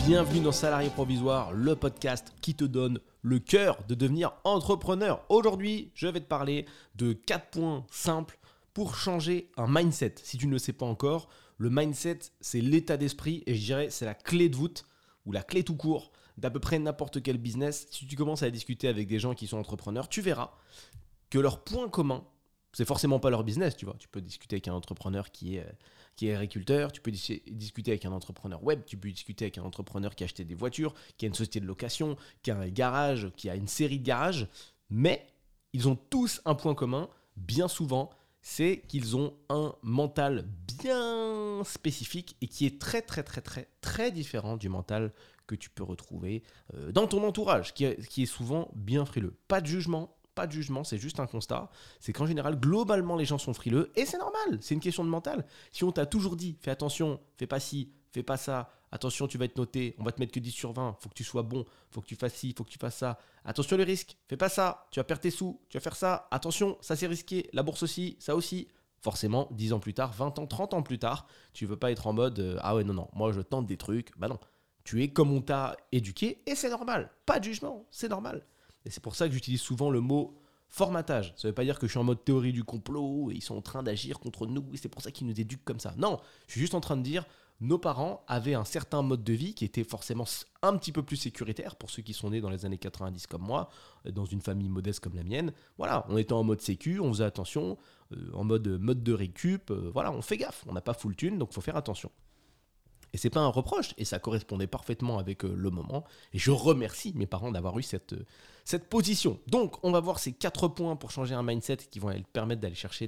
Bienvenue dans Salarié Provisoire, le podcast qui te donne le cœur de devenir entrepreneur. Aujourd'hui, je vais te parler de 4 points simples pour changer un mindset. Si tu ne le sais pas encore, le mindset, c'est l'état d'esprit et je dirais c'est la clé de voûte ou la clé tout court d'à peu près n'importe quel business. Si tu commences à discuter avec des gens qui sont entrepreneurs, tu verras que leur point commun, c'est forcément pas leur business, tu vois. Tu peux discuter avec un entrepreneur qui est agriculteur, tu peux discuter avec un entrepreneur web, tu peux discuter avec un entrepreneur qui a acheté des voitures, qui a une société de location, qui a un garage, qui a une série de garages, mais ils ont tous un point commun, bien souvent, c'est qu'ils ont un mental bien spécifique et qui est très différent du mental que tu peux retrouver dans ton entourage, qui est souvent bien frileux. Pas de jugement, c'est juste un constat. C'est qu'en général, globalement, les gens sont frileux et c'est normal, c'est une question de mental. Si on t'a toujours dit, fais attention, fais pas ci, fais pas ça, attention, tu vas être noté, on va te mettre que 10 sur 20, faut que tu sois bon, faut que tu fasses ci, faut que tu fasses ça, attention le risque, fais pas ça, tu vas perdre tes sous, tu vas faire ça, attention, ça c'est risqué, la bourse aussi, ça aussi. Forcément, 10 ans plus tard, 20 ans, 30 ans plus tard, tu veux pas être en mode ah ouais, non, moi je tente des trucs. Bah non, tu es comme on t'a éduqué et c'est normal, pas de jugement, c'est normal. Et c'est pour ça que j'utilise souvent le mot formatage. Ça ne veut pas dire que je suis en mode théorie du complot et ils sont en train d'agir contre nous et c'est pour ça qu'ils nous éduquent comme ça. Non, je suis juste en train de dire nos parents avaient un certain mode de vie qui était forcément un petit peu plus sécuritaire pour ceux qui sont nés dans les années 90 comme moi, dans une famille modeste comme la mienne. Voilà, on était en mode sécu, on faisait attention, en mode de récup, voilà, on fait gaffe, on n'a pas full thune, donc il faut faire attention. Et c'est pas un reproche, et ça correspondait parfaitement avec le moment. Et je remercie mes parents d'avoir eu cette position. Donc, on va voir ces 4 points pour changer un mindset qui vont permettre d'aller chercher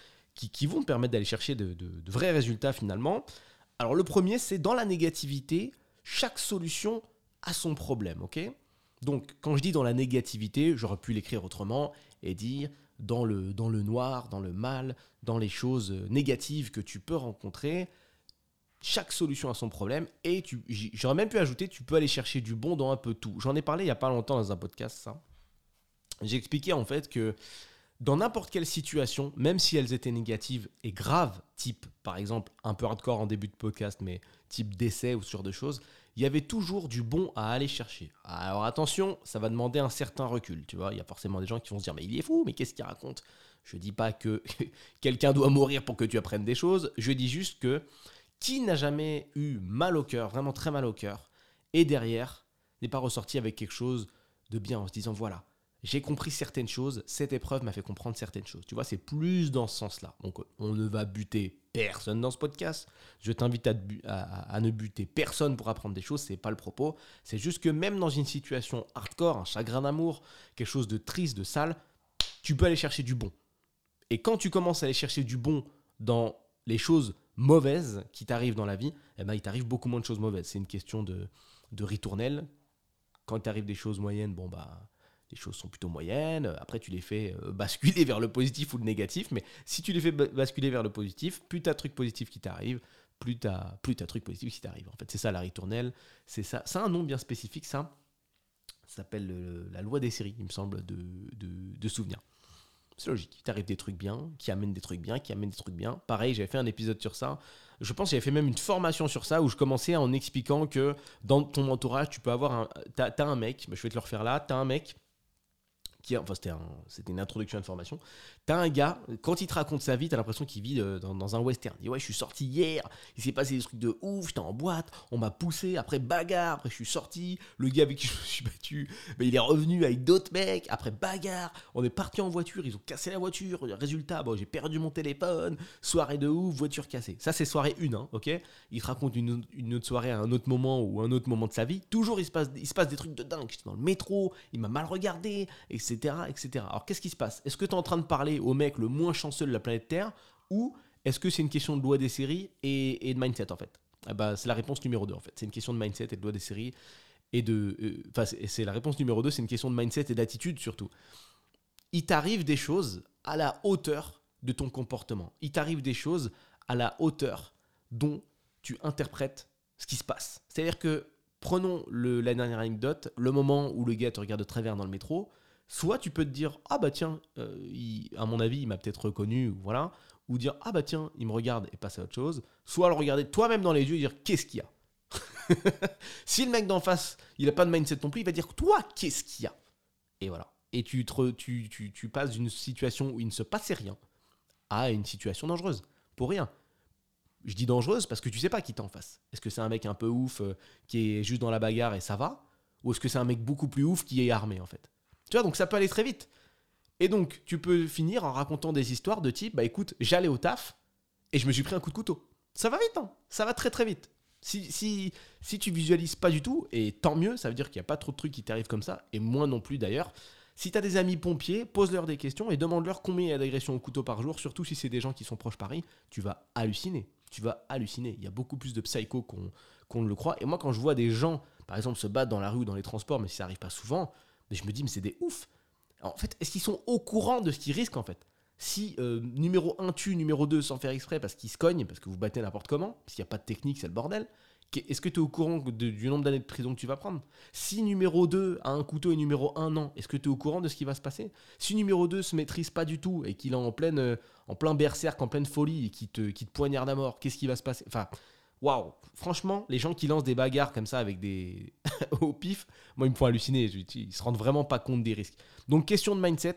de vrais résultats finalement. Alors, le premier, c'est dans la négativité, chaque solution a son problème, ok ? Donc, quand je dis dans la négativité, j'aurais pu l'écrire autrement et dire dans le noir, dans le mal, dans les choses négatives que tu peux rencontrer. Chaque solution a son problème et j'aurais même pu ajouter, tu peux aller chercher du bon dans un peu tout. J'en ai parlé il n'y a pas longtemps dans un podcast, ça. J'ai expliqué en fait que dans n'importe quelle situation, même si elles étaient négatives et graves, type par exemple un peu hardcore en début de podcast, mais type décès ou ce genre de choses, il y avait toujours du bon à aller chercher. Alors attention, ça va demander un certain recul, tu vois. Il y a forcément des gens qui vont se dire « mais il est fou, mais qu'est-ce qu'il raconte ?» Je ne dis pas que quelqu'un doit mourir pour que tu apprennes des choses, je dis juste que qui n'a jamais eu mal au cœur, vraiment très mal au cœur, et derrière n'est pas ressorti avec quelque chose de bien en se disant voilà, j'ai compris certaines choses, cette épreuve m'a fait comprendre certaines choses. Tu vois, c'est plus dans ce sens-là. Donc on ne va buter personne dans ce podcast. Je t'invite à ne buter personne pour apprendre des choses, c'est pas le propos. C'est juste que même dans une situation hardcore, un chagrin d'amour, quelque chose de triste, de sale, tu peux aller chercher du bon. Et quand tu commences à aller chercher du bon dans les choses mauvaises qui t'arrivent dans la vie, eh ben, il t'arrive beaucoup moins de choses mauvaises. C'est une question de ritournelle. Quand il t'arrive des choses moyennes, bon bah, les choses sont plutôt moyennes. Après, tu les fais basculer vers le positif ou le négatif. Mais si tu les fais basculer vers le positif, plus t'as de trucs positifs qui t'arrivent, plus t'as de trucs positifs qui t'arrivent. En fait, c'est ça la ritournelle. C'est ça. Ça a un nom bien spécifique, ça. Ça s'appelle la loi des séries, il me semble, de souvenirs. C'est logique, il t'arrive des trucs bien, qui amènent des trucs bien, Pareil, j'avais fait un épisode sur ça. Je pense que j'avais fait même une formation sur ça où je commençais en expliquant que dans ton entourage, tu peux avoir t'as un mec, je vais te le refaire là, t'as un mec c'était une introduction à une formation. T'as un gars, quand il te raconte sa vie, t'as l'impression qu'il vit dans un western. Il dit ouais, je suis sorti hier, il s'est passé des trucs de ouf, j'étais en boîte, on m'a poussé, après bagarre, après je suis sorti, le gars avec qui je me suis battu, il est revenu avec d'autres mecs, après bagarre, on est parti en voiture, ils ont cassé la voiture, résultat, j'ai perdu mon téléphone, soirée de ouf, voiture cassée. Ça c'est soirée 1, hein, ok ? Il te raconte une autre soirée à un autre moment ou un autre moment de sa vie, toujours il se passe des trucs de dingue. J'étais dans le métro, il m'a mal regardé, etc. Alors qu'est-ce qui se passe ? Est-ce que tu es en train de parler au mec le moins chanceux de la planète Terre ou est-ce que c'est une question de loi des séries et de mindset en fait ? C'est la réponse numéro 2 en fait. C'est une question de mindset et de loi des séries et c'est la réponse numéro 2, c'est une question de mindset et d'attitude surtout. Il t'arrive des choses à la hauteur de ton comportement. Il t'arrive des choses à la hauteur dont tu interprètes ce qui se passe. C'est-à-dire que prenons la dernière anecdote, le moment où le gars te regarde de travers dans le métro. Soit tu peux te dire ah bah tiens, à mon avis il m'a peut-être reconnu, voilà, ou dire ah bah tiens il me regarde et passer à autre chose. Soit le regarder toi-même dans les yeux et dire qu'est-ce qu'il y a. Si le mec d'en face, il n'a pas de mindset non plus, il va dire toi, qu'est-ce qu'il y a? Et voilà. Et tu passes d'une situation où il ne se passait rien à une situation dangereuse. Pour rien. Je dis dangereuse parce que tu sais pas qui t'es en face. Est-ce que c'est un mec un peu ouf qui est juste dans la bagarre et ça va? Ou est-ce que c'est un mec beaucoup plus ouf qui est armé en fait? Tu vois, donc ça peut aller très vite. Et donc, tu peux finir en racontant des histoires de type, bah écoute, j'allais au taf et je me suis pris un coup de couteau. Ça va vite, hein? Ça va très très vite. Si tu visualises pas du tout, et tant mieux, ça veut dire qu'il n'y a pas trop de trucs qui t'arrivent comme ça, et moi non plus d'ailleurs. Si tu as des amis pompiers, pose-leur des questions et demande-leur combien il y a d'agressions au couteau par jour, surtout si c'est des gens qui sont proches Paris, tu vas halluciner. Tu vas halluciner. Il y a beaucoup plus de psychos qu'on ne le croit. Et moi, quand je vois des gens, par exemple, se battre dans la rue ou dans les transports, mais si ça n'arrive pas souvent, mais je me dis, mais c'est des oufs. Alors, en fait, est-ce qu'ils sont au courant de ce qu'ils risquent en fait? Si numéro 1 tue numéro 2 sans faire exprès parce qu'il se cogne, parce que vous battez n'importe comment, parce qu'il n'y a pas de technique, c'est le bordel, est-ce que tu es au courant du nombre d'années de prison que tu vas prendre? Si numéro 2 a un couteau et numéro 1 non, est-ce que tu es au courant de ce qui va se passer? Si numéro 2 se maîtrise pas du tout et qu'il est en plein berserk, en pleine folie et qui te poignarde à mort, qu'est-ce qui va se passer? Enfin, waouh! Franchement, les gens qui lancent des bagarres comme ça avec des au pif, moi ils me font halluciner, ils se rendent vraiment pas compte des risques. Donc question de mindset.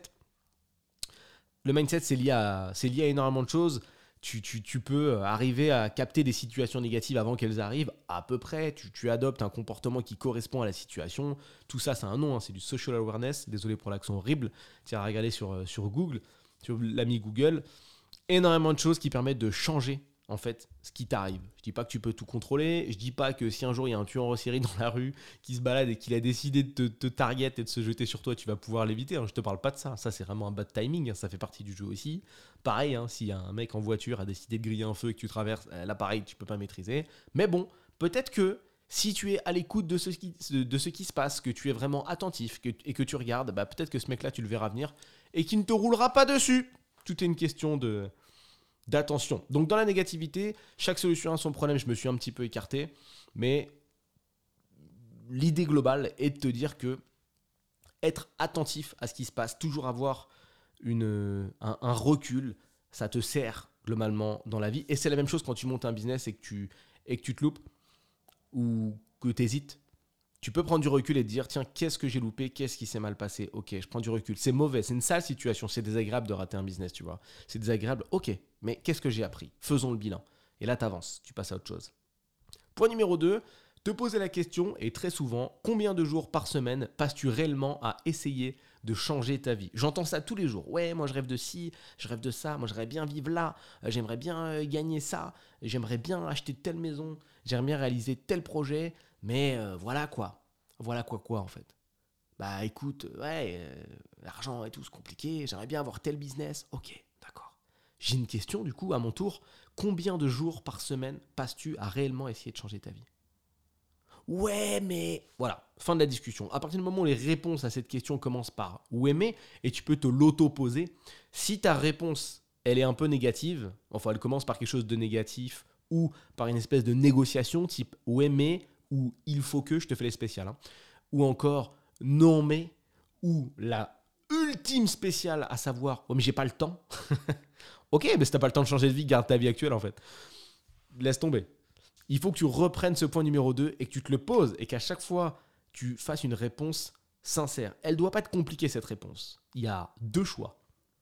Le mindset, c'est lié à énormément de choses. Tu peux arriver à capter des situations négatives avant qu'elles arrivent, à peu près. Tu adoptes un comportement qui correspond à la situation. Tout ça, c'est un nom, hein, c'est du social awareness. Désolé pour l'accent horrible. Tu vas regarder sur Google, sur l'ami Google. Énormément de choses qui permettent de changer en fait ce qui t'arrive. Je dis pas que tu peux tout contrôler, je dis pas que si un jour il y a un tueur en série dans la rue qui se balade et qu'il a décidé de te target et de se jeter sur toi, tu vas pouvoir l'éviter, hein. Je te parle pas de ça, ça c'est vraiment un bad timing, hein. Ça fait partie du jeu aussi. Pareil, hein, s'il y a un mec en voiture a décidé de griller un feu et que tu traverses, là pareil, tu peux pas maîtriser. Mais bon, peut-être que si tu es à l'écoute de ce qui se passe, que tu es vraiment attentif et que tu regardes, bah peut-être que ce mec-là tu le verras venir et qu'il ne te roulera pas dessus. Tout est une question d'attention. Donc dans la négativité, chaque solution a son problème, je me suis un petit peu écarté, mais l'idée globale est de te dire que être attentif à ce qui se passe, toujours avoir un recul, ça te sert globalement dans la vie. Et c'est la même chose quand tu montes un business et que tu te loupes ou que tu hésites. Tu peux prendre du recul et te dire, tiens, qu'est-ce que j'ai loupé? Qu'est-ce qui s'est mal passé? Ok, je prends du recul. C'est mauvais, c'est une sale situation. C'est désagréable de rater un business, tu vois. C'est désagréable. Ok, mais qu'est-ce que j'ai appris? Faisons le bilan. Et là, tu avances, tu passes à autre chose. Point numéro 2, te poser la question, et très souvent, combien de jours par semaine passes-tu réellement à essayer de changer ta vie? J'entends ça tous les jours. Ouais, moi je rêve de ci, je rêve de ça, moi j'aimerais bien vivre là, j'aimerais bien gagner ça, j'aimerais bien acheter telle maison, j'aimerais bien réaliser tel projet, mais voilà quoi. Voilà quoi en fait. Bah écoute, ouais, l'argent et tout c'est compliqué, j'aimerais bien avoir tel business. Ok, d'accord. J'ai une question du coup à mon tour. Combien de jours par semaine passes-tu à réellement essayer de changer ta vie? Ouais, mais... Voilà, fin de la discussion. À partir du moment où les réponses à cette question commencent par ouais, mais, et tu peux te l'auto-poser, si ta réponse, elle est un peu négative, enfin elle commence par quelque chose de négatif, ou par une espèce de négociation type ouais, mais, ou il faut que, je te fais les spéciales, hein, ou encore non, mais, ou la ultime spéciale, à savoir, oh mais j'ai pas le temps. Ok, mais si t'as pas le temps de changer de vie, garde ta vie actuelle en fait. Laisse tomber. Il faut que tu reprennes ce point numéro 2 et que tu te le poses et qu'à chaque fois, tu fasses une réponse sincère. Elle ne doit pas être compliquée, cette réponse. Il y a deux choix.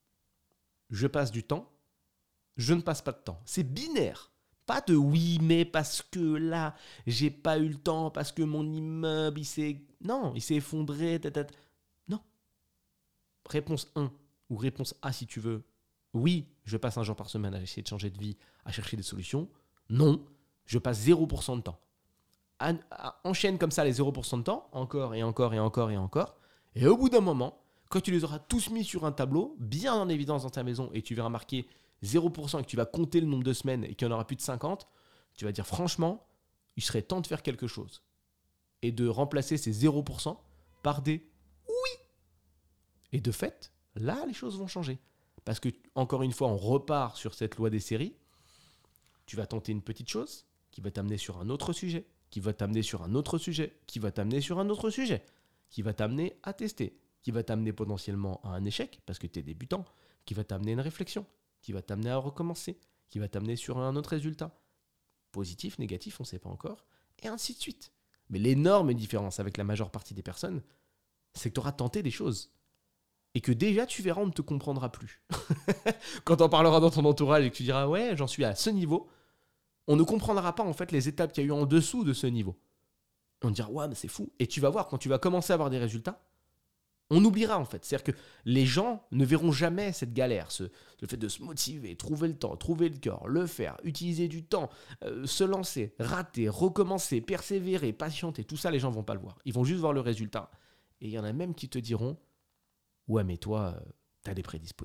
Je passe du temps, je ne passe pas de temps. C'est binaire. Pas de oui, mais parce que là, j'ai pas eu le temps, parce que mon immeuble, Non, il s'est effondré. Non. Réponse 1 ou réponse A si tu veux. Oui, je passe un jour par semaine à essayer de changer de vie, à chercher des solutions. Non, je passe 0% de temps. Enchaîne comme ça les 0% de temps, encore et encore et encore et encore. Et au bout d'un moment, quand tu les auras tous mis sur un tableau, bien en évidence dans ta maison, et tu verras marquer 0% et que tu vas compter le nombre de semaines et qu'il n'y en aura plus de 50, tu vas dire franchement, il serait temps de faire quelque chose. Et de remplacer ces 0% par des oui. Et de fait, là, les choses vont changer. Parce que, encore une fois, on repart sur cette loi des séries. Tu vas tenter une petite chose qui va t'amener sur un autre sujet, qui va t'amener sur un autre sujet, qui va t'amener sur un autre sujet, qui va t'amener à tester, qui va t'amener potentiellement à un échec parce que tu es débutant, qui va t'amener à une réflexion, qui va t'amener à recommencer, qui va t'amener sur un autre résultat. Positif, négatif, on ne sait pas encore. et ainsi de suite. Mais l'énorme différence avec la majeure partie des personnes, c'est que tu auras tenté des choses. Et que déjà, tu verras, on ne te comprendra plus. Quand tu en parleras dans ton entourage et que tu diras « Ouais, j'en suis à ce niveau », on ne comprendra pas en fait les étapes qu'il y a eu en dessous de ce niveau. On dira « Ouais, mais c'est fou ». Et tu vas voir, quand tu vas commencer à avoir des résultats, on oubliera en fait. C'est-à-dire que les gens ne verront jamais cette galère, le fait de se motiver, trouver le temps, trouver le cœur, le faire, utiliser du temps, se lancer, rater, recommencer, persévérer, patienter. Tout ça, les gens ne vont pas le voir. Ils vont juste voir le résultat. Et il y en a même qui te diront « Ouais, mais toi, t'as des prédispositions. »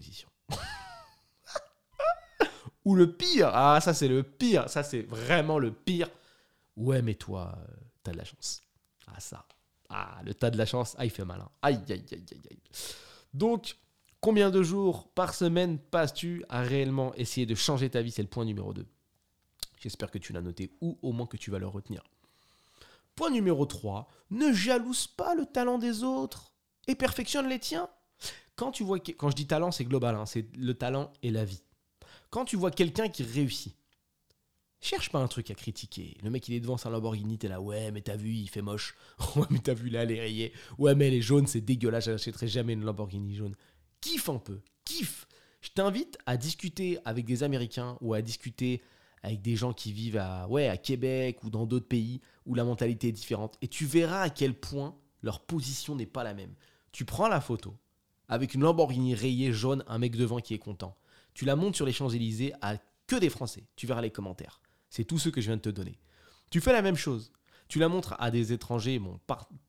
Ou le pire, ah ça c'est le pire, ça c'est vraiment le pire. « Ouais, mais toi, t'as de la chance. » Ah ça. Ah, le tas de la chance, il fait malin. Aïe, aïe, aïe, aïe, aïe. Donc, combien de jours par semaine passes-tu à réellement essayer de changer ta vie? C'est le point numéro 2. J'espère que tu l'as noté ou au moins que tu vas le retenir. Point numéro 3, ne jalouse pas le talent des autres et perfectionne les tiens. Quand je dis talent, c'est global, c'est le talent et la vie. Quand tu vois quelqu'un qui réussit, cherche pas un truc à critiquer. Le mec, il est devant sa Lamborghini, t'es là, ouais, mais t'as vu, il fait moche. Ouais, mais t'as vu, là, elle est rayée. Ouais, mais elle est jaune, c'est dégueulasse, j'achèterai jamais une Lamborghini jaune. Kiffe un peu, kiffe. Je t'invite à discuter avec des Américains ou à discuter avec des gens qui vivent à Québec ou dans d'autres pays où la mentalité est différente. Et tu verras à quel point leur position n'est pas la même. Tu prends la photo avec une Lamborghini rayée jaune, un mec devant qui est content. Tu la montes sur les Champs-Élysées à que des Français. Tu verras les commentaires. C'est tous ceux que je viens de te donner. Tu fais la même chose. Tu la montres à des étrangers. Bon,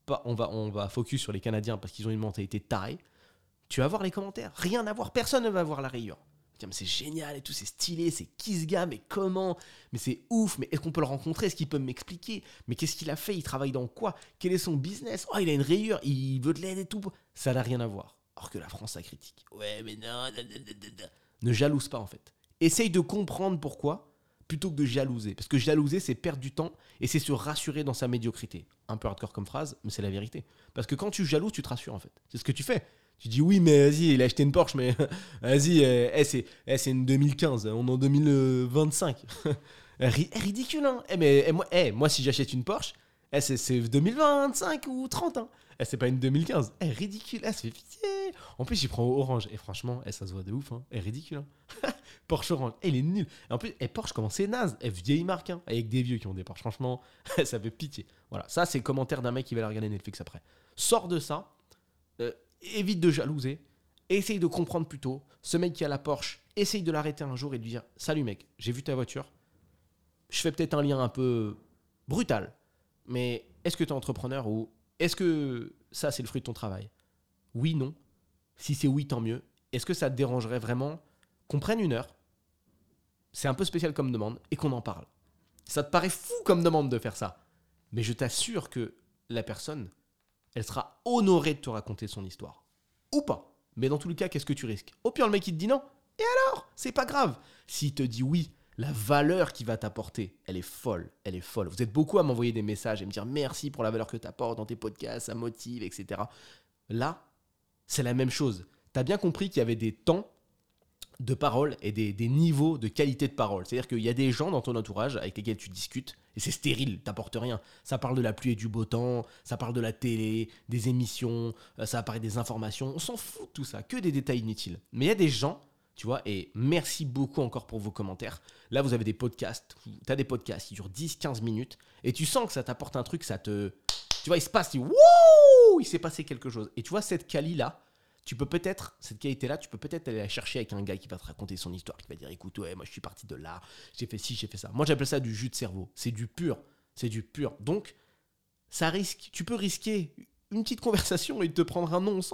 on va focus sur les Canadiens parce qu'ils ont une mentalité tarée. Tu vas voir les commentaires. Rien à voir. Personne ne va voir la rayure. Mais c'est génial et tout, c'est stylé, c'est qui ce gars, mais comment? Mais c'est ouf, mais est-ce qu'on peut le rencontrer? Est-ce qu'il peut m'expliquer? Mais qu'est-ce qu'il a fait? Il travaille dans quoi? Quel est son business? Oh, il a une rayure, il veut de l'aide et tout. Ça n'a rien à voir. Alors que la France, ça critique. Ouais, mais non. Ne jalouse pas en fait. Essaye de comprendre pourquoi plutôt que de jalouser. Parce que jalouser, c'est perdre du temps et c'est se rassurer dans sa médiocrité. Un peu hardcore comme phrase, mais c'est la vérité. Parce que quand tu jalouses, tu te rassures en fait. C'est ce que tu fais. Tu dis oui, mais vas-y, il a acheté une Porsche, mais vas-y, c'est une 2015, on est en 2025. Ridicule, hein. Moi, si j'achète une Porsche, c'est 2025 ou 30, hein. C'est pas une 2015. Ridicule, ça fait pitié. En plus, j'y prends au orange. Et franchement, ça se voit de ouf. Hein. Ridicule. Hein. Porsche orange. Il est nul. Et en plus, Porsche, comment c'est naze. Vieille marque. Hein. Avec des vieux qui ont des Porsche. Franchement, ça fait pitié. Voilà. Ça, c'est le commentaire d'un mec qui va la regarder Netflix après. Sors de ça. Évite de jalouser. Essaye de comprendre plutôt. Ce mec qui a la Porsche, essaye de l'arrêter un jour et de lui dire « Salut mec, j'ai vu ta voiture. Je fais peut-être un lien un peu brutal. Mais est-ce que tu es entrepreneur ou est-ce que ça, c'est le fruit de ton travail? Oui, non. Si c'est oui, tant mieux. Est-ce que ça te dérangerait vraiment qu'on prenne une heure? C'est un peu spécial comme demande et qu'on en parle. Ça te paraît fou comme demande de faire ça. Mais je t'assure que la personne, elle sera honorée de te raconter son histoire. Ou pas. Mais dans tous les cas, qu'est-ce que tu risques? Au pire, le mec, il te dit non. Et alors? C'est pas grave. S'il te dit oui, la valeur qu'il va t'apporter, elle est folle. Elle est folle. Vous êtes beaucoup à m'envoyer des messages et me dire merci pour la valeur que tu apportes dans tes podcasts, ça motive, etc. Là, c'est la même chose. Tu as bien compris qu'il y avait des temps de parole et des niveaux de qualité de parole. C'est-à-dire qu'il y a des gens dans ton entourage avec lesquels tu discutes et c'est stérile, t'apportes rien. Ça parle de la pluie et du beau temps, ça parle de la télé, des émissions, ça apparaît des informations. On s'en fout de tout ça, que des détails inutiles. Mais il y a des gens, tu vois, et merci beaucoup encore pour vos commentaires. Là, vous avez des podcasts, tu as des podcasts qui durent 10-15 minutes et tu sens que ça t'apporte un truc, ça te... Tu vois, il se passe, wouh, il s'est passé quelque chose. Et tu vois, cette quali-là, cette qualité-là, tu peux peut-être aller la chercher avec un gars qui va te raconter son histoire, qui va dire, écoute, ouais, moi je suis parti de là, j'ai fait ci, j'ai fait ça. Moi j'appelle ça du jus de cerveau, c'est du pur. Donc, ça risque, tu peux risquer une petite conversation et il te prendre un nom,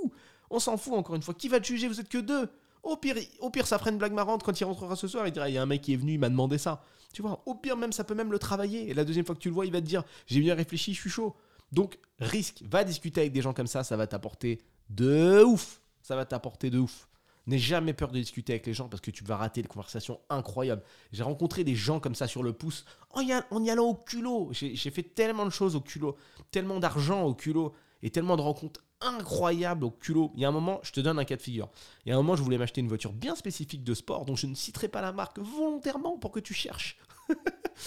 on s'en fout encore une fois. Qui va te juger? Vous êtes que deux. Au pire, ça fera une blague marrante quand il rentrera ce soir, il dira, il y a un mec qui est venu, il m'a demandé ça. Tu vois, au pire même, ça peut même le travailler. Et la deuxième fois que tu le vois, il va te dire, j'ai bien réfléchi, je suis chaud. Donc, risque, va discuter avec des gens comme ça va t'apporter de ouf. Ça va t'apporter de ouf. N'aie jamais peur de discuter avec les gens parce que tu vas rater des conversations incroyables. J'ai rencontré des gens comme ça sur le pouce en y allant au culot. J'ai fait tellement de choses au culot, tellement d'argent au culot et tellement de rencontres incroyables au culot. Il y a un moment, je te donne un cas de figure. Il y a un moment, je voulais m'acheter une voiture bien spécifique de sport dont je ne citerai pas la marque volontairement pour que tu cherches.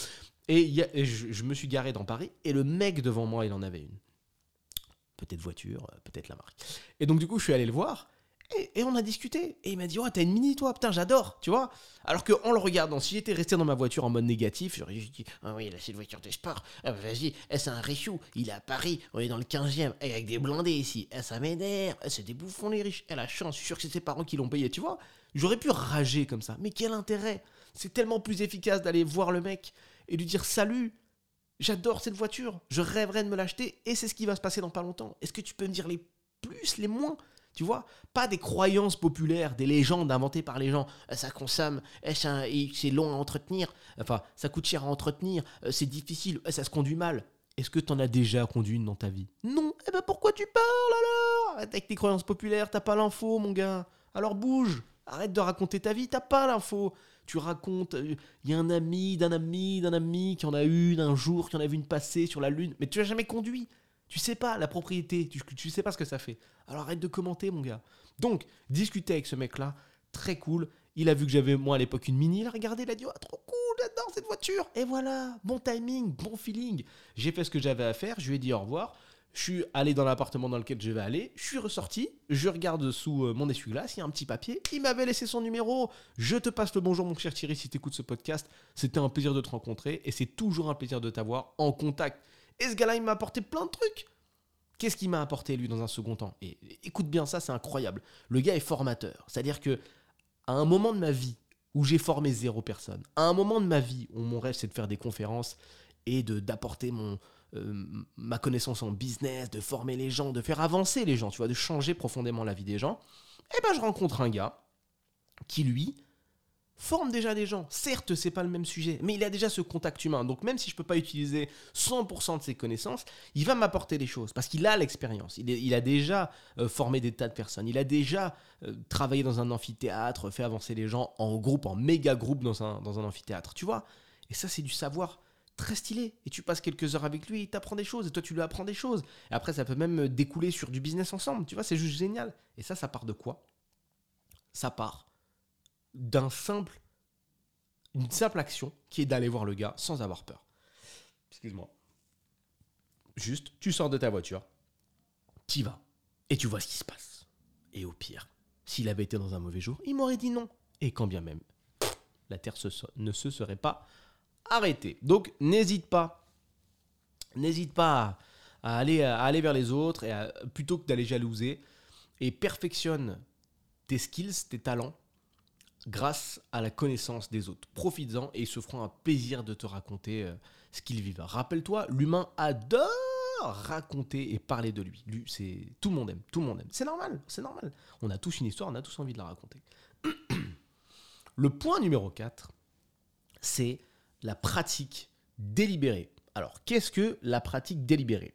Et je me suis garé dans Paris, et le mec devant moi, il en avait une. Peut-être voiture, peut-être la marque. Et donc, du coup, je suis allé le voir, et on a discuté. Et il m'a dit, oh, t'as une Mini, toi, putain, j'adore, tu vois. Alors qu'en le regardant, si j'étais resté dans ma voiture en mode négatif, j'aurais juste dit, ah oui, là, c'est une voiture de sport. Ah, bah, vas-y, c'est un Réchou, il est à Paris, on est dans le 15e, avec des blindés ici. Ça m'énerve, c'est des bouffons les riches. La chance, je suis sûr que c'est ses parents qui l'ont payé, tu vois. J'aurais pu rager comme ça, mais quel intérêt? C'est tellement plus efficace d'aller voir le mec et lui dire, salut, j'adore cette voiture, je rêverais de me l'acheter, et c'est ce qui va se passer dans pas longtemps. Est-ce que tu peux me dire les plus, les moins? Tu vois, pas des croyances populaires, des légendes inventées par les gens. Ça consomme, c'est long à entretenir, enfin, ça coûte cher à entretenir, c'est difficile, ça se conduit mal. Est-ce que t'en as déjà conduit une dans ta vie? Non. Eh ben pourquoi tu parles alors? Arrête avec tes croyances populaires, t'as pas l'info, mon gars. Alors bouge, arrête de raconter ta vie, t'as pas l'info. Tu racontes, il y a un ami d'un ami d'un ami qui en a une un jour, qui en a vu une passer sur la lune, mais tu l'as jamais conduit. Tu sais pas la propriété, tu sais pas ce que ça fait. Alors arrête de commenter, mon gars. Donc, discuter avec ce mec-là, très cool. Il a vu que j'avais, moi, à l'époque, une Mini. Il a regardé, il a dit, oh, trop cool, j'adore cette voiture. Et voilà, bon timing, bon feeling. J'ai fait ce que j'avais à faire, je lui ai dit au revoir. Je suis allé dans l'appartement dans lequel je vais aller. Je suis ressorti, je regarde sous mon essuie-glace, il y a un petit papier. Il m'avait laissé son numéro. Je te passe le bonjour, mon cher Thierry, si tu écoutes ce podcast. C'était un plaisir de te rencontrer et c'est toujours un plaisir de t'avoir en contact. Et ce gars-là, il m'a apporté plein de trucs. Qu'est-ce qu'il m'a apporté, lui, dans un second temps? Et écoute bien ça, c'est incroyable. Le gars est formateur. C'est-à-dire que à un moment de ma vie où j'ai formé 0 personne, à un moment de ma vie où mon rêve, c'est de faire des conférences et d'apporter ma connaissance en business, de former les gens, de faire avancer les gens, tu vois, de changer profondément la vie des gens, eh ben, je rencontre un gars qui, lui, forme déjà des gens. Certes, c'est pas le même sujet, mais il a déjà ce contact humain. Donc même si je peux pas utiliser 100% de ses connaissances, il va m'apporter des choses parce qu'il a l'expérience. Il a déjà formé des tas de personnes. Il a déjà travaillé dans un amphithéâtre, fait avancer les gens en groupe, en méga groupe dans un amphithéâtre. Tu vois? Et ça, c'est du savoir très stylé. Et tu passes quelques heures avec lui, il t'apprend des choses et toi, tu lui apprends des choses. Et après, ça peut même découler sur du business ensemble. Tu vois, c'est juste génial. Et ça part de quoi? Ça part d'une simple action qui est d'aller voir le gars sans avoir peur. Excuse-moi. Juste, tu sors de ta voiture, t'y vas, et tu vois ce qui se passe. Et au pire, s'il avait été dans un mauvais jour, il m'aurait dit non. Et quand bien même, la Terre ne se serait pas arrêtée. Donc, n'hésite pas à aller vers les autres, et plutôt que d'aller jalouser, et perfectionne tes skills, tes talents, grâce à la connaissance des autres. Profites-en et ils se feront un plaisir de te raconter ce qu'ils vivent. Rappelle-toi, l'humain adore raconter et parler de lui. Tout le monde aime. C'est normal. On a tous une histoire, on a tous envie de la raconter. Le point numéro 4, c'est la pratique délibérée. Alors, qu'est-ce que la pratique délibérée?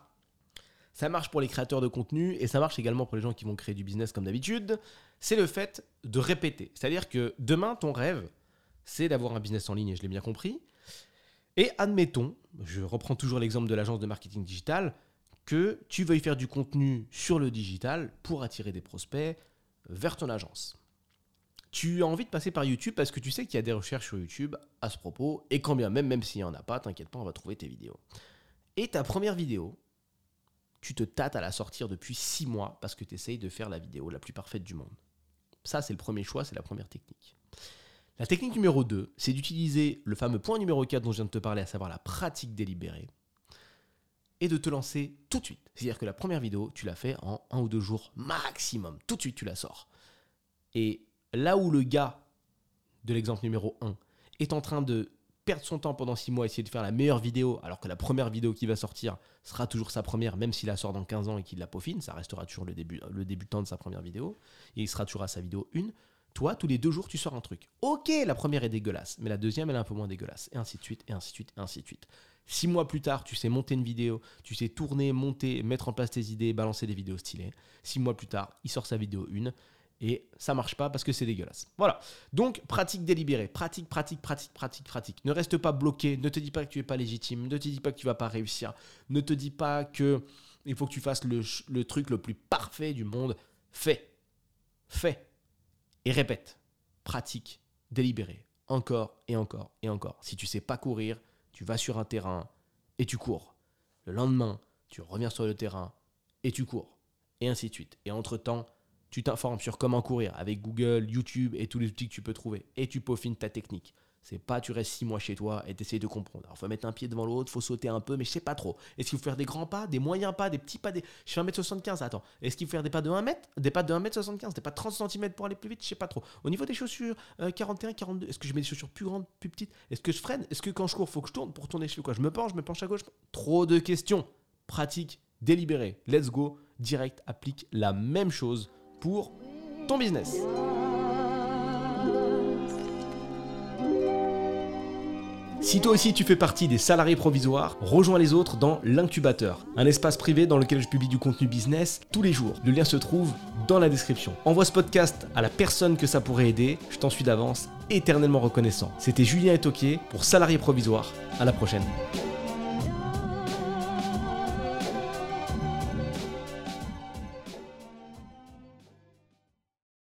Ça marche pour les créateurs de contenu et ça marche également pour les gens qui vont créer du business comme d'habitude. C'est le fait de répéter. C'est-à-dire que demain, ton rêve, c'est d'avoir un business en ligne, et je l'ai bien compris. Et admettons, je reprends toujours l'exemple de l'agence de marketing digital, que tu veuilles faire du contenu sur le digital pour attirer des prospects vers ton agence. Tu as envie de passer par YouTube parce que tu sais qu'il y a des recherches sur YouTube à ce propos, et quand bien même s'il n'y en a pas, t'inquiète pas, on va trouver tes vidéos. Et ta première vidéo, tu te tâtes à la sortir depuis 6 mois parce que tu essayes de faire la vidéo la plus parfaite du monde. Ça, c'est le premier choix, c'est la première technique. La technique numéro 2, c'est d'utiliser le fameux point numéro 4 dont je viens de te parler, à savoir la pratique délibérée, et de te lancer tout de suite. C'est-à-dire que la première vidéo, tu la fais en 1 ou 2 jours maximum. Tout de suite, tu la sors. Et là où le gars de l'exemple numéro 1 est en train de perdre son temps pendant 6 mois à essayer de faire la meilleure vidéo, alors que la première vidéo qui va sortir sera toujours sa première, même s'il la sort dans 15 ans et qu'il la peaufine, ça restera toujours le débutant de sa première vidéo, et il sera toujours à sa vidéo 1. Toi, tous les 2 jours, tu sors un truc. Ok, la première est dégueulasse, mais la deuxième, elle est un peu moins dégueulasse, et ainsi de suite, et ainsi de suite, et ainsi de suite. 6 mois plus tard, tu sais monter une vidéo, tu sais tourner, monter, mettre en place tes idées, balancer des vidéos stylées. 6 mois plus tard, il sort sa vidéo 1, et ça marche pas parce que c'est dégueulasse. Voilà. Donc, pratique délibérée. Pratique. Ne reste pas bloqué. Ne te dis pas que tu n'es pas légitime. Ne te dis pas que tu vas pas réussir. Ne te dis pas que il faut que tu fasses le truc le plus parfait du monde. Fais. Et répète. Pratique délibérée. Encore et encore et encore. Si tu sais pas courir, tu vas sur un terrain et tu cours. Le lendemain, tu reviens sur le terrain et tu cours. Et ainsi de suite. Et entre-temps, tu t'informes sur comment courir avec Google, YouTube et tous les outils que tu peux trouver. Et tu peaufines ta technique. C'est pas tu restes 6 mois chez toi et t'essayes de comprendre. Alors, il faut mettre un pied devant l'autre, il faut sauter un peu, mais je sais pas trop. Est-ce qu'il faut faire des grands pas, des moyens pas, des petits pas, Je fais 1m75, attends. Est-ce qu'il faut faire des pas de 1 mètre, des pas de 1m75, des pas de 30 cm pour aller plus vite? Je sais pas trop. Au niveau des chaussures 41, 42, est-ce que je mets des chaussures plus grandes, plus petites? Est-ce que je freine? Est-ce que quand je cours, il faut que je tourne pour tourner? Je fais quoi? Je me penche à gauche? Trop de questions. Pratique, délibéré. Let's go. Direct, applique la même chose pour ton business. Si toi aussi tu fais partie des salariés provisoires, rejoins les autres dans l'incubateur, un espace privé dans lequel je publie du contenu business tous les jours. Le lien se trouve dans la description. Envoie ce podcast à la personne que ça pourrait aider, je t'en suis d'avance éternellement reconnaissant. C'était Julien Etoquier pour Salariés Provisoires. À la prochaine.